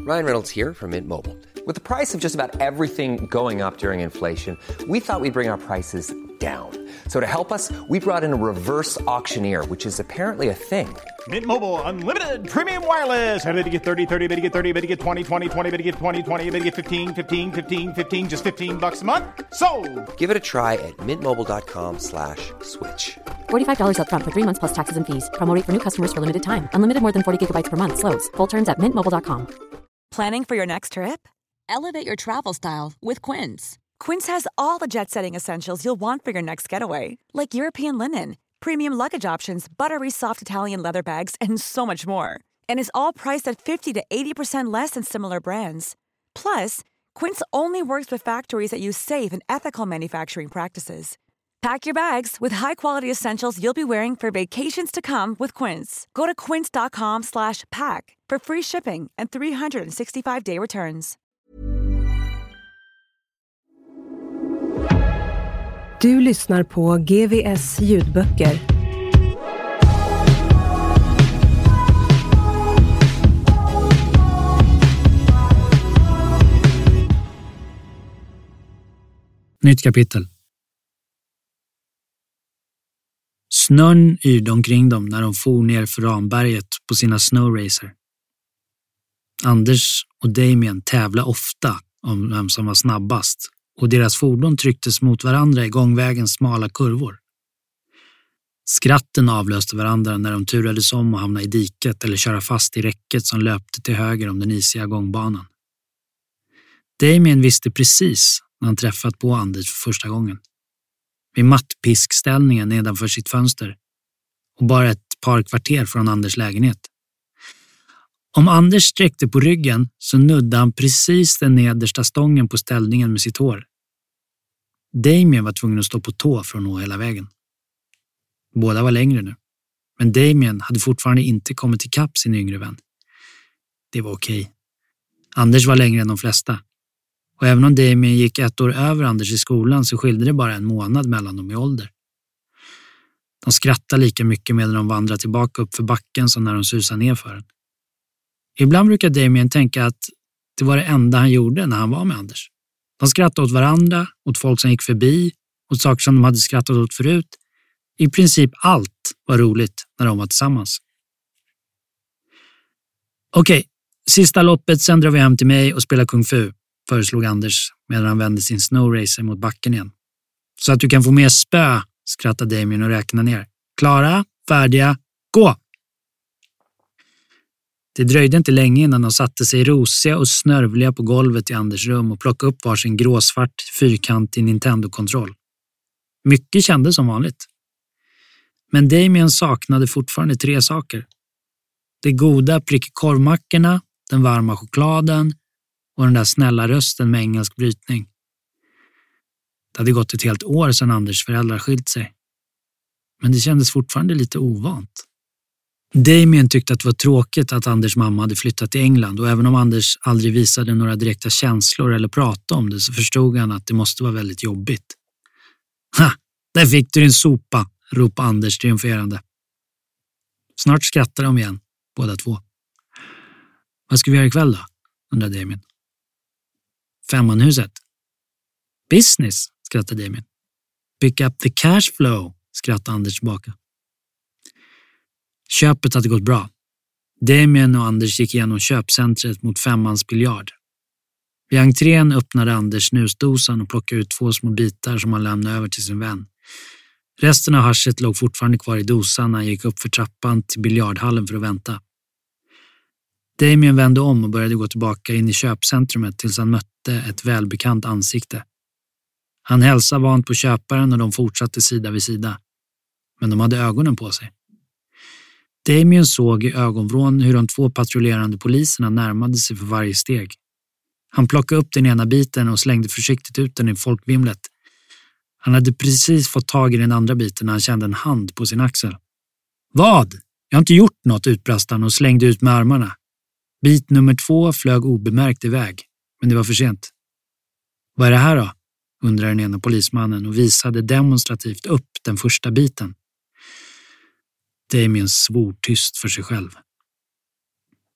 Ryan Reynolds here from Mint Mobile. With the price of just about everything going up during inflation, we thought we'd bring our prices down. So to help us, we brought in a reverse auctioneer, which is apparently a thing. Mint Mobile Unlimited Premium Wireless. How to get 30, 30, bit to get 30, bit to get 20, 20, 20, bit to get 20, 20, bit to get 15, 15, 15, 15, just $15 a month? Sold! Give it a try at mintmobile.com/switch. $45 up front for 3 months plus taxes and fees. Promo rate for new customers for limited time. Unlimited more than 40 gigabytes per month. Slows full terms at mintmobile.com. Planning for your next trip? Elevate your travel style with Quince. Quince has all the jet-setting essentials you'll want for your next getaway, like European linen, premium luggage options, buttery soft Italian leather bags, and so much more. And is all priced at 50 to 80% less than similar brands. Plus, Quince only works with factories that use safe and ethical manufacturing practices. Pack your bags with high-quality essentials you'll be wearing for vacations to come with Quince. Go to quince.com/pack for free shipping and 365-day returns. Du lyssnar på GVS ljudböcker. Nytt kapitel. Snön yrde omkring dem när de for ner för Ramberget på sina snowracer. Anders och Damien tävlade ofta om vem som var snabbast och deras fordon trycktes mot varandra i gångvägens smala kurvor. Skratten avlöste varandra när de turades om och hamnade i diket eller köra fast i räcket som löpte till höger om den isiga gångbanan. Damien visste precis när han träffat på Anders för första gången. Vid mattpiskställningen nedanför sitt fönster och bara ett par kvarter från Anders lägenhet. Om Anders sträckte på ryggen så nuddade han precis den nedersta stången på ställningen med sitt hår. Damien var tvungen att stå på tå för att nå hela vägen. Båda var längre nu, men Damien hade fortfarande inte kommit ikapp sin yngre vän. Det var okej. Anders var längre än de flesta. Och även om Damien gick 1 år över Anders i skolan så skilde det bara 1 månad mellan dem i ålder. De skrattade lika mycket medan de vandrade tillbaka upp för backen som när de susade ner för den. Ibland brukar Damien tänka att det var det enda han gjorde när han var med Anders. De skrattade åt varandra, åt folk som gick förbi, åt saker som de hade skrattat åt förut. I princip allt var roligt när de var tillsammans. Okej, sista loppet, sen drar vi hem till mig och spelar kung fu, föreslog Anders medan han vände sin snowracer mot backen igen. Så att du kan få mer spö, skrattade Damien och räknade ner. Klara, färdiga, gå! Det dröjde inte länge innan de satte sig rosiga och snörvliga på golvet i Anders rum och plockade upp varsin gråsvart fyrkantig Nintendo-kontroll. Mycket kändes som vanligt. Men Damien saknade fortfarande 3 saker. Det goda prickkorvmackorna, den varma chokladen och den där snälla rösten med engelsk brytning. Det hade gått ett helt år sedan Anders föräldrar skilt sig. Men det kändes fortfarande lite ovant. Damien tyckte att det var tråkigt att Anders mamma hade flyttat till England och även om Anders aldrig visade några direkta känslor eller pratade om det så förstod han att det måste vara väldigt jobbigt. Ha! Där fick du din sopa, ropade Anders triumferande. Snart skrattade de igen, båda två. Vad ska vi göra ikväll då? Undrade Damien. Femmanhuset. Business, skrattade Damien. Pick up the cash flow, skrattade Anders tillbaka. Köpet hade gått bra. Damien och Anders gick igenom köpcentret mot 5-mans biljard. Vid entrén öppnade Anders snusdosan och plockade ut 2 små bitar som han lämnade över till sin vän. Resten av haschet låg fortfarande kvar i dosan när han gick upp för trappan till biljardhallen för att vänta. Damien vände om och började gå tillbaka in i köpcentrumet tills han mötte ett välbekant ansikte. Han hälsade vant på köparen och de fortsatte sida vid sida. Men de hade ögonen på sig. Damien såg i ögonvrån hur de 2 patrullerande poliserna närmade sig för varje steg. Han plockade upp den ena biten och slängde försiktigt ut den i folkvimlet. Han hade precis fått tag i den andra biten när han kände en hand på sin axel. Vad? Jag har inte gjort något, utbrast han och slängde ut med armarna. Bit nummer 2 flög obemärkt iväg, men det var för sent. Vad är det här då? Undrade den ena polismannen och visade demonstrativt upp den första biten. Damien svor tyst för sig själv.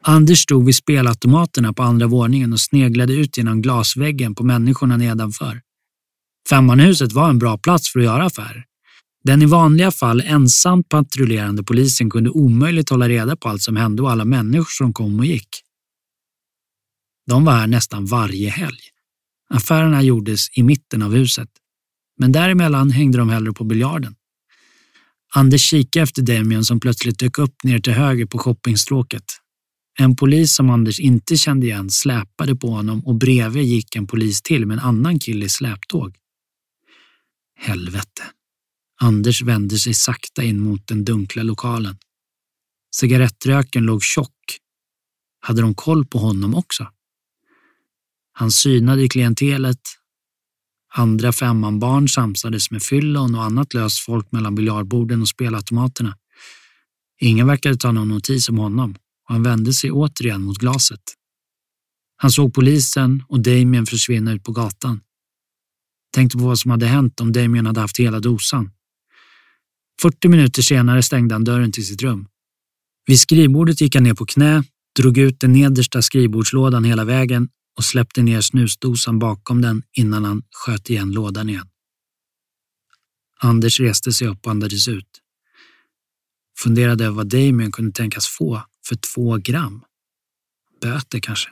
Anders stod vid spelautomaterna på andra våningen och sneglade ut genom glasväggen på människorna nedanför. Femmanhuset var en bra plats för att göra affärer. Den i vanliga fall ensamt patrullerande polisen kunde omöjligt hålla reda på allt som hände och alla människor som kom och gick. De var här nästan varje helg. Affärerna gjordes i mitten av huset, men däremellan hängde de hellre på biljarden. Anders kikade efter Damien som plötsligt dök upp ner till höger på shoppingstråket. En polis som Anders inte kände igen släpade på honom och bredvid gick en polis till med en annan kille i släptåg. Helvete. Anders vände sig sakta in mot den dunkla lokalen. Cigarettröken låg tjock. Hade de koll på honom också? Han synade i klientelet. Andra femmanbarn samsades med fyllon och annat löst folk mellan biljardborden och spelautomaterna. Ingen verkade ta någon notis om honom och han vände sig återigen mot glaset. Han såg polisen och Damien försvinna ut på gatan. Tänkte på vad som hade hänt om Damien hade haft hela dosan. 40 minuter senare stängde han dörren till sitt rum. Vid skrivbordet gick han ner på knä, drog ut den nedersta skrivbordslådan hela vägen och släppte ner snusdosan bakom den innan han sköt igen lådan igen. Anders reste sig upp och andades ut. Funderade över vad Damien kunde tänkas få för 2 gram. Böter kanske.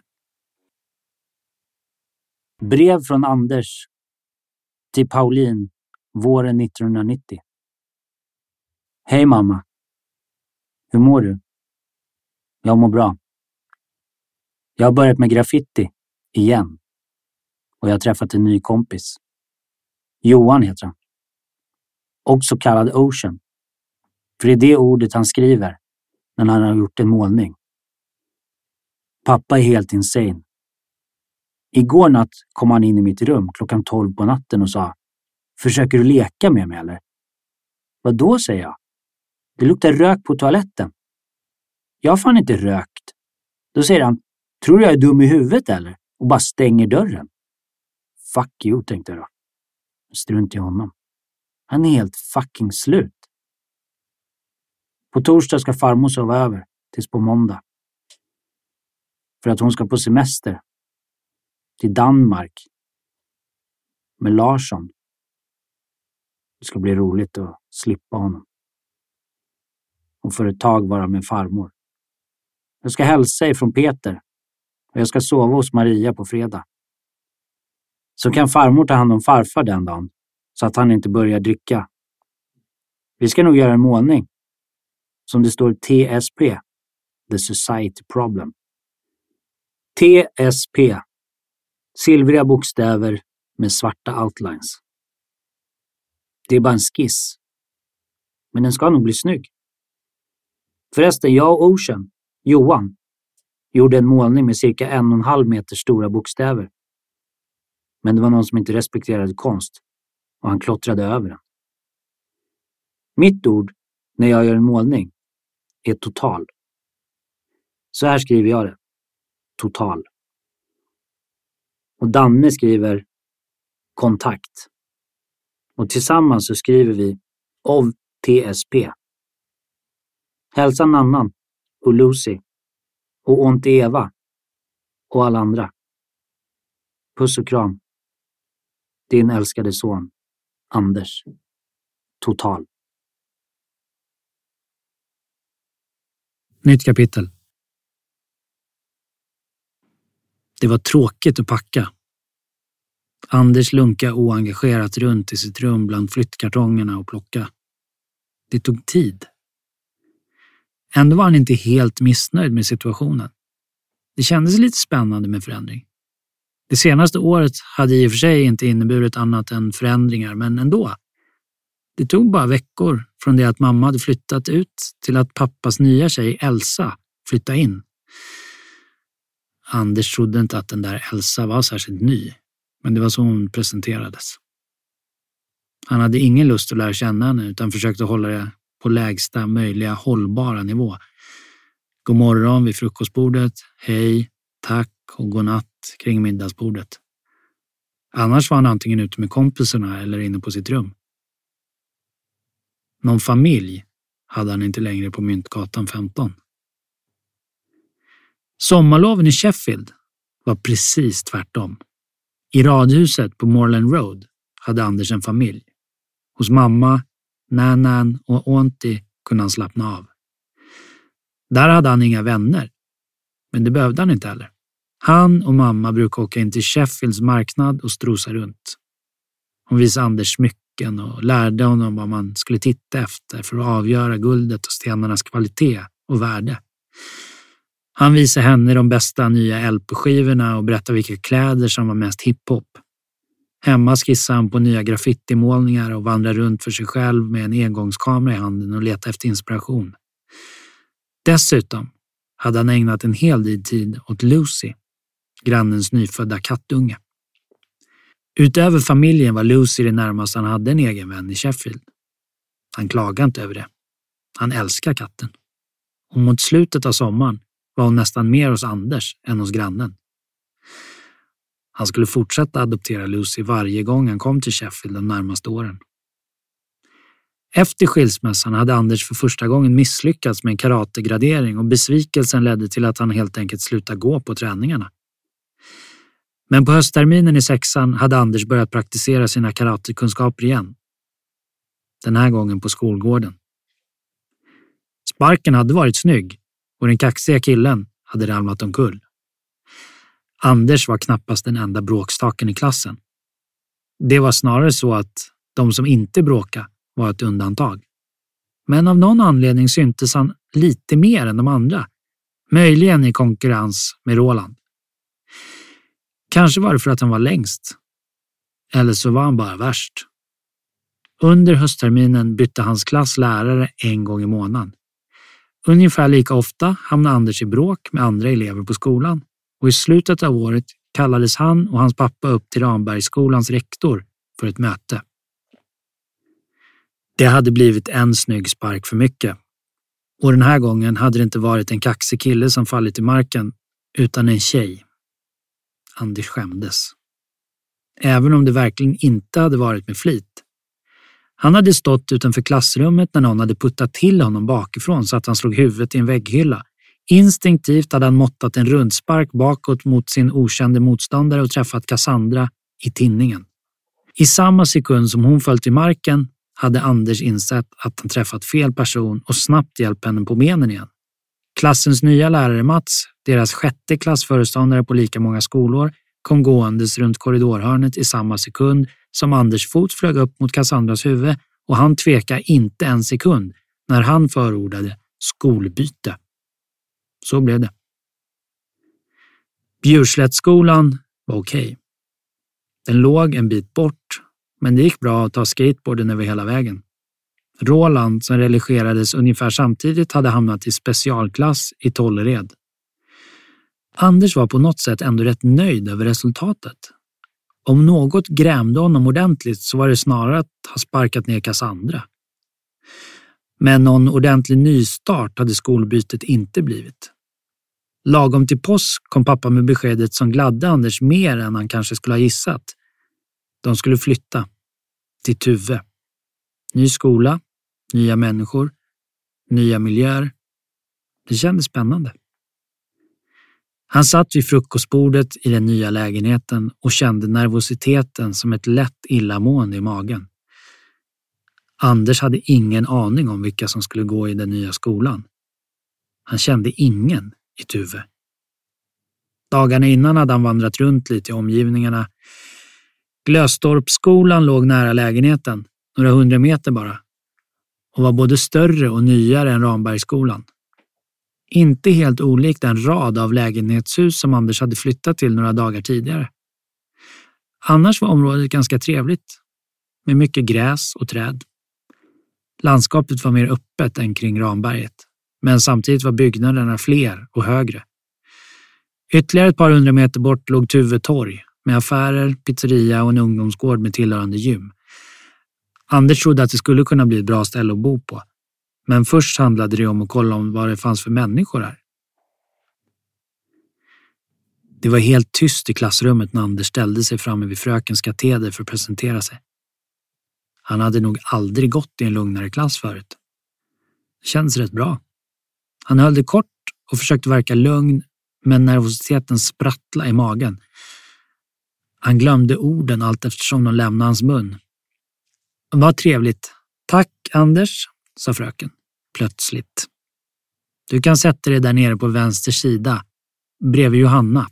Brev från Anders till Pauline våren 1990. Hej mamma. Hur mår du? Jag mår bra. Jag har börjat med graffiti igen. Och jag har träffat en ny kompis. Johan heter han. Också kallad Ocean. För det är det ordet han skriver när han har gjort en målning. Pappa är helt insane. Igår natt kom han in i mitt rum klockan 12 på natten och sa: försöker du leka med mig eller? Vad då, säger jag. Det luktar rök på toaletten. Jag har fan inte rökt. Då säger han: tror du jag är dum i huvudet eller? Och bara stänger dörren. Fuck you, tänkte jag då. Strunt i honom. Han är helt fucking slut. På torsdag ska farmor sova över tills på måndag. För att hon ska på semester. Till Danmark. Med Larsson. Det ska bli roligt att slippa honom. Och för ett tag vara med farmor. Jag ska hälsa ifrån Peter. Och jag ska sova hos Maria på fredag. Så kan farmor ta hand om farfar den dagen. Så att han inte börjar dricka. Vi ska nog göra en målning. Som det står TSP. The Society Problem. TSP. Silvriga bokstäver med svarta outlines. Det är bara en skiss. Men den ska nog bli snygg. Förresten, jag och Ocean, Johan, gjorde en målning med cirka 1,5 meter stora bokstäver. Men det var någon som inte respekterade konst och han klottrade över den. Mitt ord när jag gör en målning är total. Så här skriver jag det. Total. Och Danne skriver kontakt. Och tillsammans så skriver vi av TSP. Hälsa Nannan och Lucy och ont Eva och alla andra. Puss och kram. Din älskade son, Anders. Total. Nytt kapitel. Det var tråkigt att packa. Anders lunka oengagerat runt i sitt rum bland flyttkartongerna och plocka. Det tog tid. Ändå var han inte helt missnöjd med situationen. Det kändes lite spännande med förändring. Det senaste året hade i och för sig inte inneburit annat än förändringar, men ändå. Det tog bara veckor från det att mamma hade flyttat ut till att pappas nya tjej Elsa flyttade in. Anders trodde inte att den där Elsa var särskilt ny, men det var så hon presenterades. Han hade ingen lust att lära känna henne utan försökte hålla det på lägsta möjliga hållbara nivå. God morgon vid frukostbordet, hej, tack och godnatt kring middagsbordet. Annars var han antingen ute med kompisarna eller inne på sitt rum. Någon familj hade han inte längre på Myntgatan 15. Sommarloven i Sheffield var precis tvärtom. I radhuset på Moreland Road hade Anders en familj. Hos mamma, Nanan och Auntie kunde han slappna av. Där hade han inga vänner, men det behövde han inte heller. Han och mamma brukade åka in till Sheffields marknad och strosa runt. Hon visade Anders smycken och lärde honom vad man skulle titta efter för att avgöra guldet och stenarnas kvalitet och värde. Han visade henne de bästa nya LP-skivorna och berättade vilka kläder som var mest hiphop. Hemma skissade han på nya graffitimålningar och vandrade runt för sig själv med en engångskamera i handen och letade efter inspiration. Dessutom hade han ägnat en hel del tid åt Lucy, grannens nyfödda kattunge. Utöver familjen var Lucy det närmaste han hade en egen vän i Sheffield. Han klagade inte över det. Han älskar katten. Och mot slutet av sommaren var hon nästan mer hos Anders än hos grannen. Han skulle fortsätta adoptera Lucy varje gång han kom till Sheffield de närmaste åren. Efter skilsmässan hade Anders för första gången misslyckats med en karategradering och besvikelsen ledde till att han helt enkelt slutade gå på träningarna. Men på höstterminen i 6:an hade Anders börjat praktisera sina karatekunskaper igen. Den här gången på skolgården. Sparken hade varit snygg och den kaxiga killen hade ramlat omkull. Anders var knappast den enda bråkstaken i klassen. Det var snarare så att de som inte bråkade var ett undantag. Men av någon anledning syntes han lite mer än de andra. Möjligen i konkurrens med Roland. Kanske var det för att han var längst. Eller så var han bara värst. Under höstterminen bytte hans klass lärare en gång i månaden. Ungefär lika ofta hamnade Anders i bråk med andra elever på skolan. Och i slutet av året kallades han och hans pappa upp till Rambergsskolans rektor för ett möte. Det hade blivit en snygg spark för mycket. Och den här gången hade det inte varit en kaxig kille som fallit i marken, utan en tjej. Anders skämdes. Även om det verkligen inte hade varit med flit. Han hade stått utanför klassrummet när någon hade puttat till honom bakifrån så att han slog huvudet i en vägghylla. Instinktivt hade han måttat en rundspark bakåt mot sin okände motståndare och träffat Cassandra i tinningen. I samma sekund som hon föll till marken hade Anders insett att han träffat fel person och snabbt hjälpt henne på benen igen. Klassens nya lärare Mats, deras 6:e klassföreståndare på lika många skolor, kom gåendes runt korridorhörnet i samma sekund som Anders fot flög upp mot Cassandras huvud och han tvekade inte en sekund när han förordade skolbyte. Så blev det. Bjurslättskolan var okej. Den låg en bit bort, men det gick bra att ta skateboarden över hela vägen. Roland, som religerades ungefär samtidigt, hade hamnat i specialklass i Tollered. Anders var på något sätt ändå rätt nöjd över resultatet. Om något grämde honom ordentligt så var det snarare att ha sparkat ner Cassandra. Men någon ordentlig nystart hade skolbytet inte blivit. Lagom till påsk kom pappa med beskedet som gladde Anders mer än han kanske skulle ha gissat. De skulle flytta till Tuve. Ny skola, nya människor, nya miljöer. Det kändes spännande. Han satt vid frukostbordet i den nya lägenheten och kände nervositeten som ett lätt illamående i magen. Anders hade ingen aning om vilka som skulle gå i den nya skolan. Han kände ingen i Tuve. Dagarna innan hade han vandrat runt lite i omgivningarna. Glöstorpsskolan låg nära lägenheten, några 100 meter bara, och var både större och nyare än Rambergsskolan. Inte helt olikt den rad av lägenhetshus som Anders hade flyttat till några dagar tidigare. Annars var området ganska trevligt, med mycket gräs och träd. Landskapet var mer öppet än kring Ramberget, men samtidigt var byggnaderna fler och högre. Ytterligare ett par 100 meter bort låg Tuve torg med affärer, pizzeria och en ungdomsgård med tillhörande gym. Anders trodde att det skulle kunna bli ett bra ställe att bo på. Men först handlade det om att kolla om vad det fanns för människor här. Det var helt tyst i klassrummet när Anders ställde sig framme vid frökens kateder för att presentera sig. Han hade nog aldrig gått i en lugnare klass förut. Det kändes rätt bra. Han höll det kort och försökte verka lugn, men nervositeten sprattlade i magen. Han glömde orden allt eftersom de lämnade hans mun. Vad trevligt. Tack, Anders, sa fröken, plötsligt. Du kan sätta dig där nere på vänster sida, bredvid Johanna.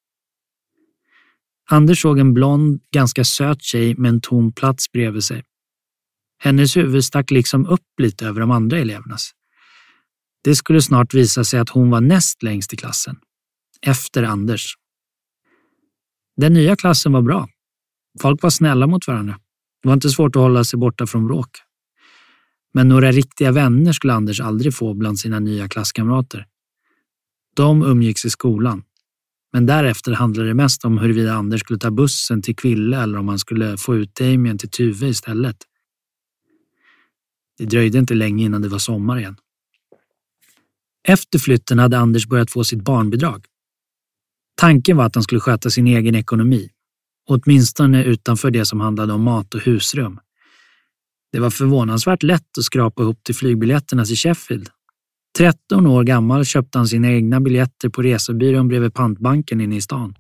Anders såg en blond, ganska söt tjej med en tom plats bredvid sig. Hennes huvud stack liksom upp lite över de andra elevernas. Det skulle snart visa sig att hon var näst längst i klassen, efter Anders. Den nya klassen var bra. Folk var snälla mot varandra. Det var inte svårt att hålla sig borta från bråk. Men några riktiga vänner skulle Anders aldrig få bland sina nya klasskamrater. De umgicks i skolan. Men därefter handlade det mest om huruvida Anders skulle ta bussen till Kville eller om han skulle få ut Damien till Tuve istället. Det dröjde inte länge innan det var sommar igen. Efter flytten hade Anders börjat få sitt barnbidrag. Tanken var att han skulle sköta sin egen ekonomi, åtminstone utanför det som handlade om mat och husrum. Det var förvånansvärt lätt att skrapa ihop till flygbiljetterna till Sheffield. 13 år gammal köpte han sina egna biljetter på resebyrån bredvid pantbanken inne i stan.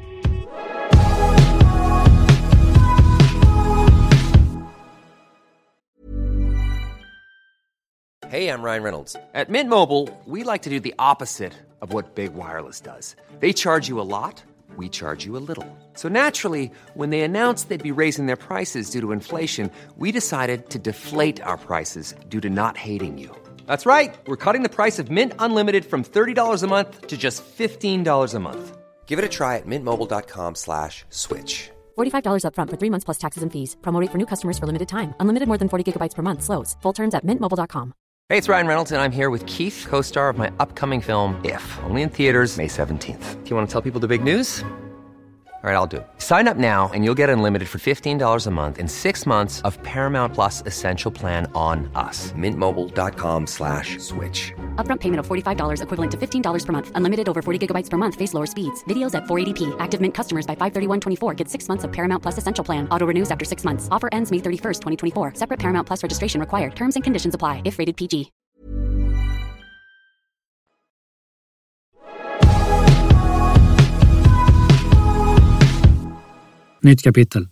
Hey, I'm Ryan Reynolds. At Mint Mobile, we like to do the opposite of what Big Wireless does. They charge you a lot, we charge you a little. So naturally, when they announced they'd be raising their prices due to inflation, we decided to deflate our prices due to not hating you. That's right. We're cutting the price of Mint Unlimited from $30 a month to just $15 a month. Give it a try at mintmobile.com/switch. $45 up front for 3 months plus taxes and fees. Promo rate for new customers for limited time. Unlimited more than 40 gigabytes per month slows. Full terms at mintmobile.com. Hey, it's Ryan Reynolds, and I'm here with Keith, co-star of my upcoming film, If, only in theaters May 17th. Do you want to tell people the big news? All right, I'll do it. Sign up now and you'll get unlimited for $15 a month and 6 months of Paramount Plus Essential Plan on us. mintmobile.com/switch. Upfront payment of $45 equivalent to $15 per month. Unlimited over 40 gigabytes per month. Face lower speeds. Videos at 480p. Active Mint customers by 531.24 get 6 months of Paramount Plus Essential Plan. Auto renews after 6 months. Offer ends May 31st, 2024. Separate Paramount Plus registration required. Terms and conditions apply if rated PG. Nytt kapitel.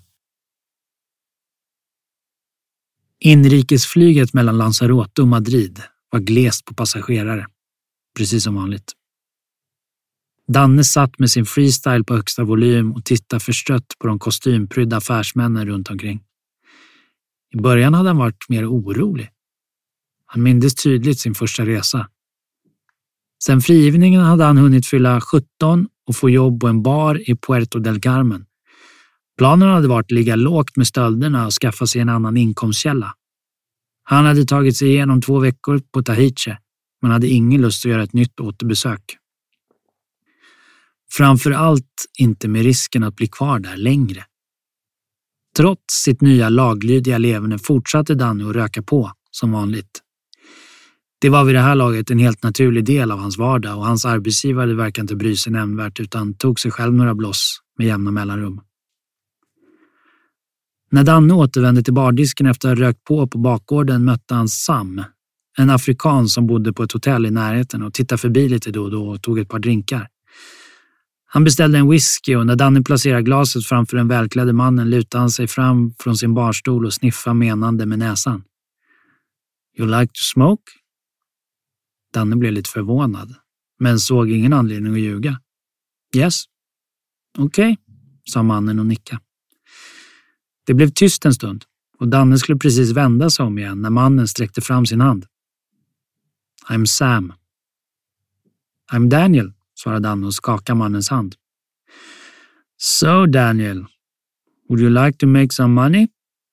Inrikesflyget mellan Lanzarote och Madrid var glest på passagerare, precis som vanligt. Danne satt med sin freestyle på högsta volym och tittade förstrött på de kostymprydda affärsmännen runt omkring. I början hade han varit mer orolig. Han mindes tydligt sin första resa. Sen frigivningen hade han hunnit fylla 17 och få jobb på en bar i Puerto del Carmen. Planen hade varit att ligga lågt med stölderna och skaffa sig en annan inkomstkälla. Han hade tagit sig igenom 2 veckor på Tahiti, men hade ingen lust att göra ett nytt återbesök. Framför allt inte med risken att bli kvar där längre. Trots sitt nya laglydiga leverne fortsatte Danne att röka på, som vanligt. Det var vid det här laget en helt naturlig del av hans vardag och hans arbetsgivare verkade inte bry sig nämnvärt utan tog sig själv några bloss med jämna mellanrum. När Danne återvände till bardisken efter att ha rökt på bakgården mötte han Sam, en afrikan som bodde på ett hotell i närheten och tittade förbi lite då och då och tog ett par drinkar. Han beställde en whisky och när Danne placerade glaset framför den välklädde mannen lutade han sig fram från sin barstol och sniffade menande med näsan. You like to smoke? Danne blev lite förvånad, men såg ingen anledning att ljuga. Yes. Okej, sa mannen och nickade. Det blev tyst en stund och Danne skulle precis vända sig om igen när mannen sträckte fram sin hand. I'm Sam. I'm Daniel, svarade Danne och skakade mannens hand. So Daniel, would you like to make some money?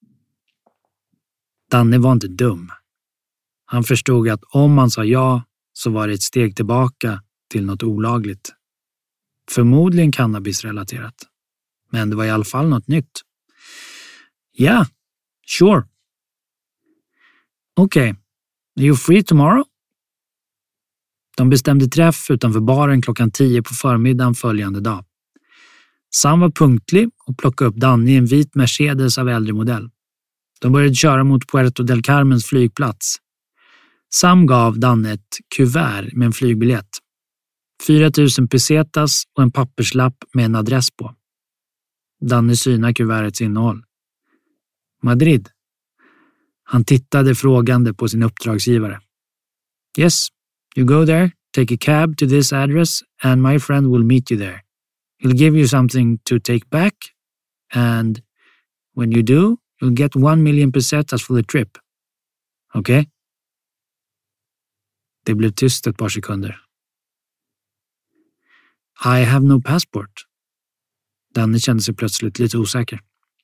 Danne var inte dum. Han förstod att om han sa ja så var det ett steg tillbaka till något olagligt. Förmodligen cannabisrelaterat. Men det var i alla fall något nytt. Yeah, sure. Okay, are you free tomorrow? De bestämde träff utanför baren klockan 10 på förmiddagen följande dag. Sam var punktlig och plockade upp Danne i en vit Mercedes av äldre modell. De började köra mot Puerto del Carmens flygplats. Sam gav Danne ett kuvert med en flygbiljett. 4 000 pesetas och en papperslapp med en adress på. Danne synar kuvertets innehåll. Madrid. Han tittade frågande på sin uppdragsgivare. Yes, you go there, take a cab to this address and my friend will meet you there. He'll give you something to take back and when you do, you'll get 1 million pesetas for the trip. Okay? Det blev tyst ett par sekunder. I have no passport. Danne kände sig plötsligt lite osäker.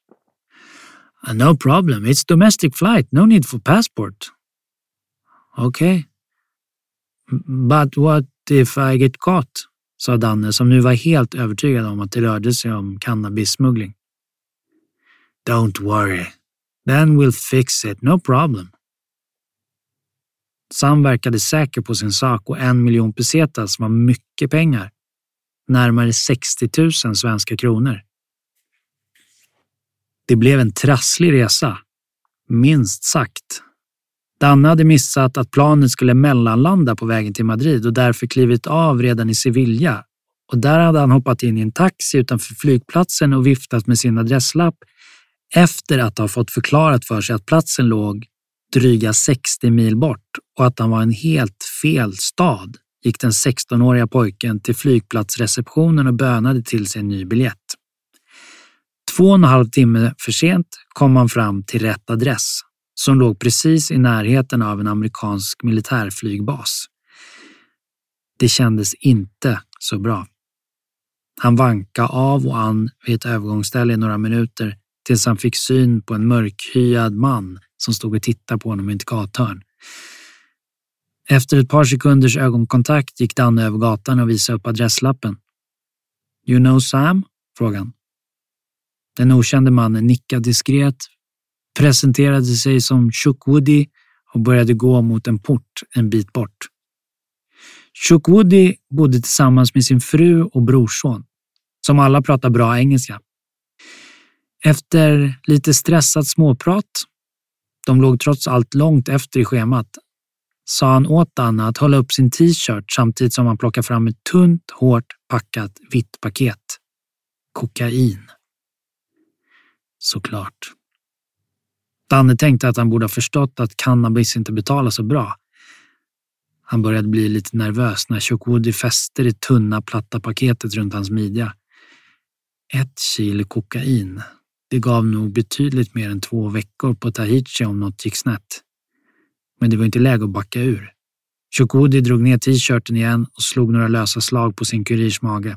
No problem, it's domestic flight, no need for passport. Okay. But what if I get caught? Sa Danne som nu var helt övertygad om att det rörde sig om cannabissmuggling. Don't worry, then we'll fix it, no problem. Sam verkade säker på sin sak och 1 miljon pesetas var mycket pengar. Närmare 60 000 svenska kronor. Det blev en trasslig resa, minst sagt. Danne hade missat att planet skulle mellanlanda på vägen till Madrid och därför klivit av redan i Sevilla. Och där hade han hoppat in i en taxi utanför flygplatsen och viftat med sin adresslapp efter att ha fått förklarat för sig att platsen låg dryga 60 mil bort och att han var en helt fel stad. Gick den 16-åriga pojken till flygplatsreceptionen och bönade till sig en ny biljett. 2,5 timme för sent kom han fram till rätt adress som låg precis i närheten av en amerikansk militärflygbas. Det kändes inte så bra. Han vankade av och an vid ett övergångsställe i några minuter tills han fick syn på en mörkhyad man som stod och tittade på honom i ett gathörn. Efter ett par sekunders ögonkontakt gick Danne över gatan och visade upp adresslappen. You know Sam? Frågade han. Den okände mannen nickade diskret, presenterade sig som Chukwudi och började gå mot en port en bit bort. Chukwudi bodde tillsammans med sin fru och brorson, som alla pratar bra engelska. Efter lite stressat småprat, de låg trots allt långt efter i schemat, sa han åt Danne att hålla upp sin t-shirt samtidigt som han plockade fram ett tunt, hårt packat vitt paket. Kokain. Såklart. Danne tänkte att han borde ha förstått att cannabis inte betalar så bra. Han började bli lite nervös när Chukwudi fäste det tunna, platta paketet runt hans midja. 1 kilo kokain. Det gav nog betydligt mer än 2 veckor på Tahiti om något gick snett. Men det var inte läge att backa ur. Chukwudi drog ner t-shirten igen och slog några lösa slag på sin kurirs mage.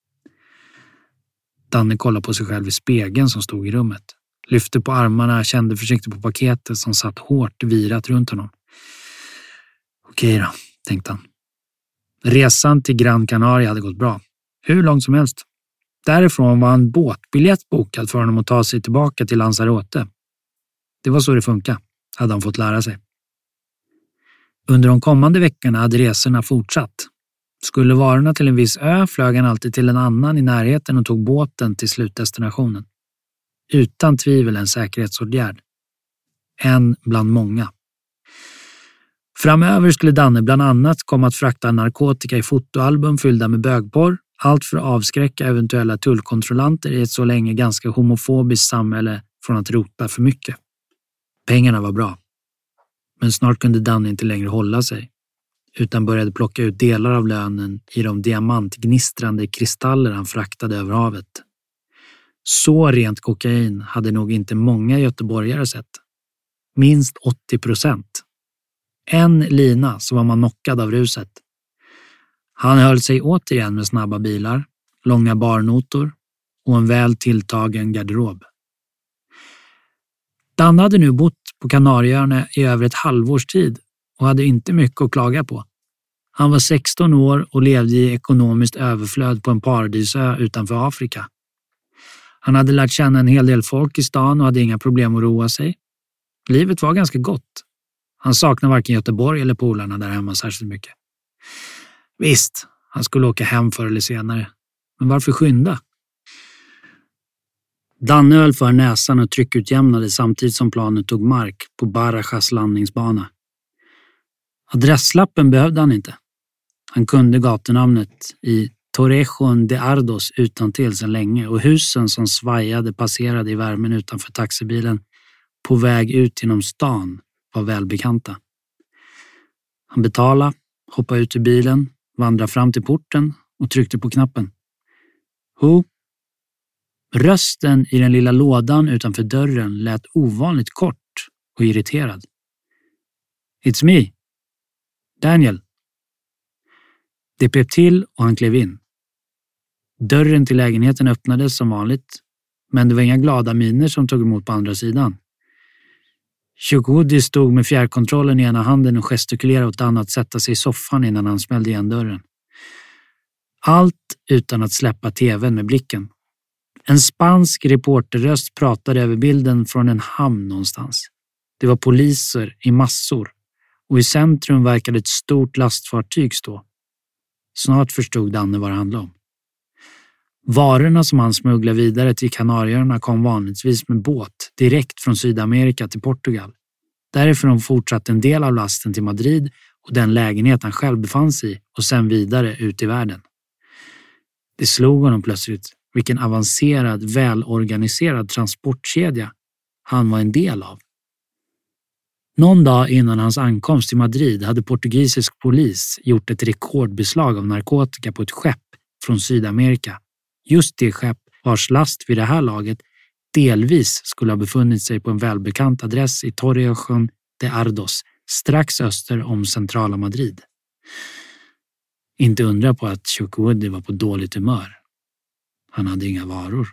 Danne kollade på sig själv i spegeln som stod i rummet. Lyfte på armarna, kände försiktigt på paketet som satt hårt virat runt honom. Okej då, tänkte han. Resan till Gran Canaria hade gått bra. Hur långt som helst. Därifrån var en båtbiljett bokad för honom att ta sig tillbaka till Lanzarote. Det var så det funkar, hade han fått lära sig. Under de kommande veckorna hade resorna fortsatt. Skulle varorna till en viss ö flög han alltid till en annan i närheten och tog båten till slutdestinationen. Utan tvivel en säkerhetsåtgärd. En bland många. Framöver skulle Danne bland annat komma att frakta narkotika i fotoalbum fyllda med bögporr, allt för att avskräcka eventuella tullkontrollanter i ett så länge ganska homofobiskt samhälle från att rota för mycket. Pengarna var bra. Men snart kunde Danne inte längre hålla sig, utan började plocka ut delar av lönen i de diamantgnistrande kristaller han fraktade över havet. Så rent kokain hade nog inte många göteborgare sett. Minst 80%. En lina så var man knockad av ruset. Han höll sig återigen med snabba bilar, långa barnotor och en väl tilltagen garderob. Danne hade nu bott på Kanarieöarna i över ett halvårs tid och hade inte mycket att klaga på. Han var 16 år och levde i ekonomiskt överflöd på en paradisö utanför Afrika. Han hade lärt känna en hel del folk i stan och hade inga problem att roa sig. Livet var ganska gott. Han saknade varken Göteborg eller polarna där hemma särskilt mycket. Visst, han skulle åka hem förr eller senare. Men varför skynda? Danne höll för näsan och tryckutjämnade samtidigt som planet tog mark på Barajas landningsbana. Adresslappen behövde han inte. Han kunde gatunamnet i Torrejón de Ardoz utantill sedan länge och husen som svajade passerade i värmen utanför taxibilen på väg ut genom stan var välbekanta. Han betalade, hoppade ut ur bilen, vandrade fram till porten och tryckte på knappen. Who? Rösten i den lilla lådan utanför dörren lät ovanligt kort och irriterad. It's me. Daniel. Det pep till och han klev in. Dörren till lägenheten öppnades som vanligt, men det var inga glada miner som tog emot på andra sidan. Chukwudi stod med fjärrkontrollen i ena handen och gestikulerade åt annat sätta sig i soffan innan han smällde igen dörren. Allt utan att släppa tvn med blicken. En spansk reporterröst pratade över bilden från en hamn någonstans. Det var poliser i massor och i centrum verkade ett stort lastfartyg stå. Snart förstod Danne vad det handlade om. Varorna som han smugglade vidare till Kanarieöarna kom vanligtvis med båt direkt från Sydamerika till Portugal. Därifrån fortsatte en del av lasten till Madrid och den lägenhet han själv befann sig i och sen vidare ut i världen. Det slog honom plötsligt vilken avancerad, välorganiserad transportkedja han var en del av. Någon dag innan hans ankomst till Madrid hade portugisisk polis gjort ett rekordbeslag av narkotika på ett skepp från Sydamerika. Just det skepp vars last vid det här laget delvis skulle ha befunnit sig på en välbekant adress i Torrejón de Ardoz, strax öster om centrala Madrid. Inte undra på att Chukwudi var på dåligt humör. Han hade inga varor.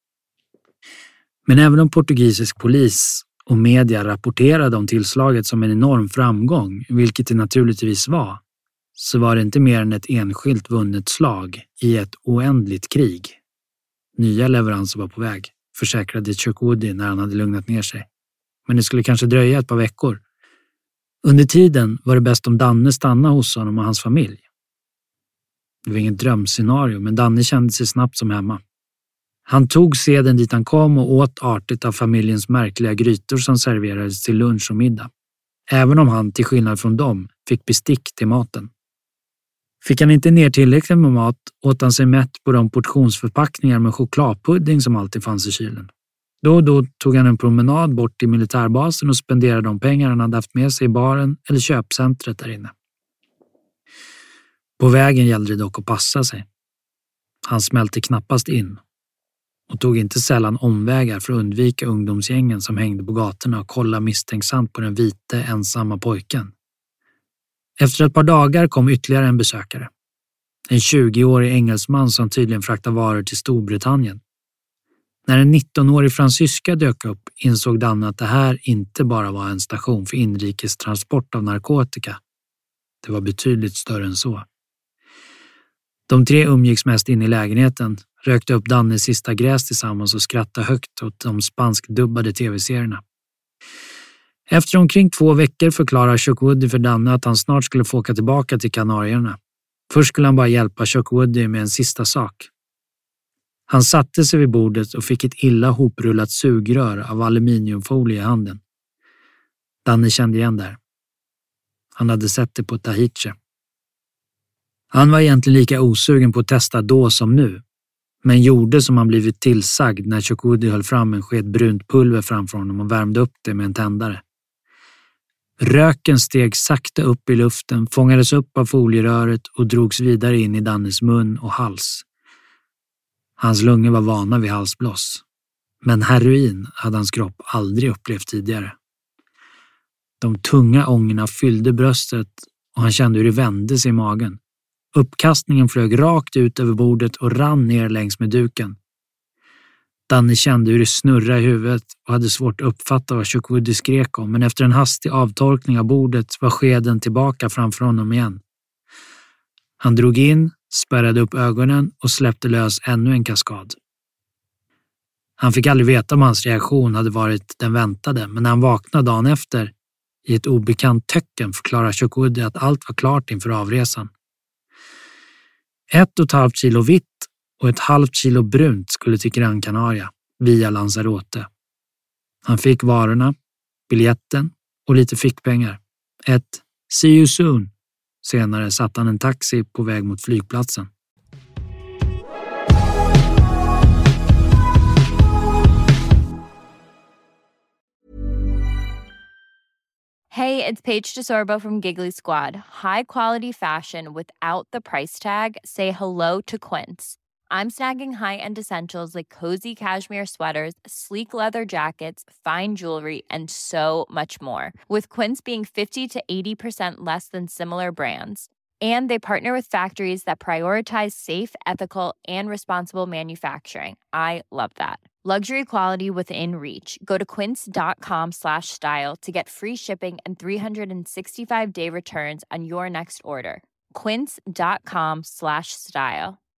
Men även om portugisisk polis och media rapporterade om tillslaget som en enorm framgång, vilket det naturligtvis var, så var det inte mer än ett enskilt vunnet slag i ett oändligt krig. Nya leveranser var på väg, försäkrade Chukwudi när han hade lugnat ner sig. Men det skulle kanske dröja ett par veckor. Under tiden var det bäst om Danne stannade hos honom och hans familj. Det var inget drömscenario, men Danne kände sig snabbt som hemma. Han tog seden dit han kom och åt artigt av familjens märkliga grytor som serverades till lunch och middag. Även om han, till skillnad från dem, fick bestick till maten. Fick han inte ner tillräckligt med mat åt han sig mätt på de portionsförpackningar med chokladpudding som alltid fanns i kylen. Då och då tog han en promenad bort till militärbasen och spenderade de pengar han hade haft med sig i baren eller köpcentret där inne. På vägen gällde det dock att passa sig. Han smälte knappast in och tog inte sällan omvägar för att undvika ungdomsgängen som hängde på gatorna och kollade misstänksamt på den vite ensamma pojken. Efter ett par dagar kom ytterligare en besökare. En 20-årig engelsman som tydligen fraktade varor till Storbritannien. När en 19-årig fransyska dök upp insåg Danne att det här inte bara var en station för inrikes transport av narkotika. Det var betydligt större än så. De tre umgicks mest in i lägenheten, rökte upp Dannes sista gräs tillsammans och skrattade högt åt de spanskdubbade tv-serierna. Efter omkring 2 veckor förklarar Chukwudi för Danne att han snart skulle få åka tillbaka till Kanarieöarna. Först skulle han bara hjälpa Chukwudi med en sista sak. Han satte sig vid bordet och fick ett illa hoprullat sugrör av aluminiumfolie i handen. Danne kände igen där. Han hade sett det på Tahiti. Han var egentligen lika osugen på att testa då som nu, men gjorde som han blivit tillsagd när Chukwudi höll fram en sked brunt pulver framför honom och värmde upp det med en tändare. Röken steg sakta upp i luften, fångades upp av folieröret och drogs vidare in i Dannes mun och hals. Hans lungor var vana vid halsblås, men heroin hade hans kropp aldrig upplevt tidigare. De tunga ångorna fyllde bröstet och han kände hur det vände sig i magen. Uppkastningen flög rakt ut över bordet och rann ner längs med duken. Danne kände hur det snurrade i huvudet och hade svårt att uppfatta vad Chukwudi skrek om, men efter en hastig avtorkning av bordet var skeden tillbaka framför honom igen. Han drog in, spärrade upp ögonen och släppte lös ännu en kaskad. Han fick aldrig veta om hans reaktion hade varit den väntade, men när han vaknade dagen efter, i ett obekant töcken, förklarade Chukwudi att allt var klart inför avresan. 1,5 kilo vitt och 1,5 kilo brunt skulle till Gran Canaria via Lanzarote. Han fick varorna, biljetten och lite fickpengar. Ett "see you soon" Senare satt han en taxi på väg mot flygplatsen. Hey, it's Paige DeSorbo from Giggly Squad. High quality fashion without the price tag. Say hello to Quince. I'm snagging high-end essentials like cozy cashmere sweaters, sleek leather jackets, fine jewelry, and so much more. With Quince being 50 to 80% less than similar brands. And they partner with factories that prioritize safe, ethical, and responsible manufacturing. I love that. Luxury quality within reach. Go to quince.com/style to get free shipping and 365-day returns on your next order. Quince.com/style.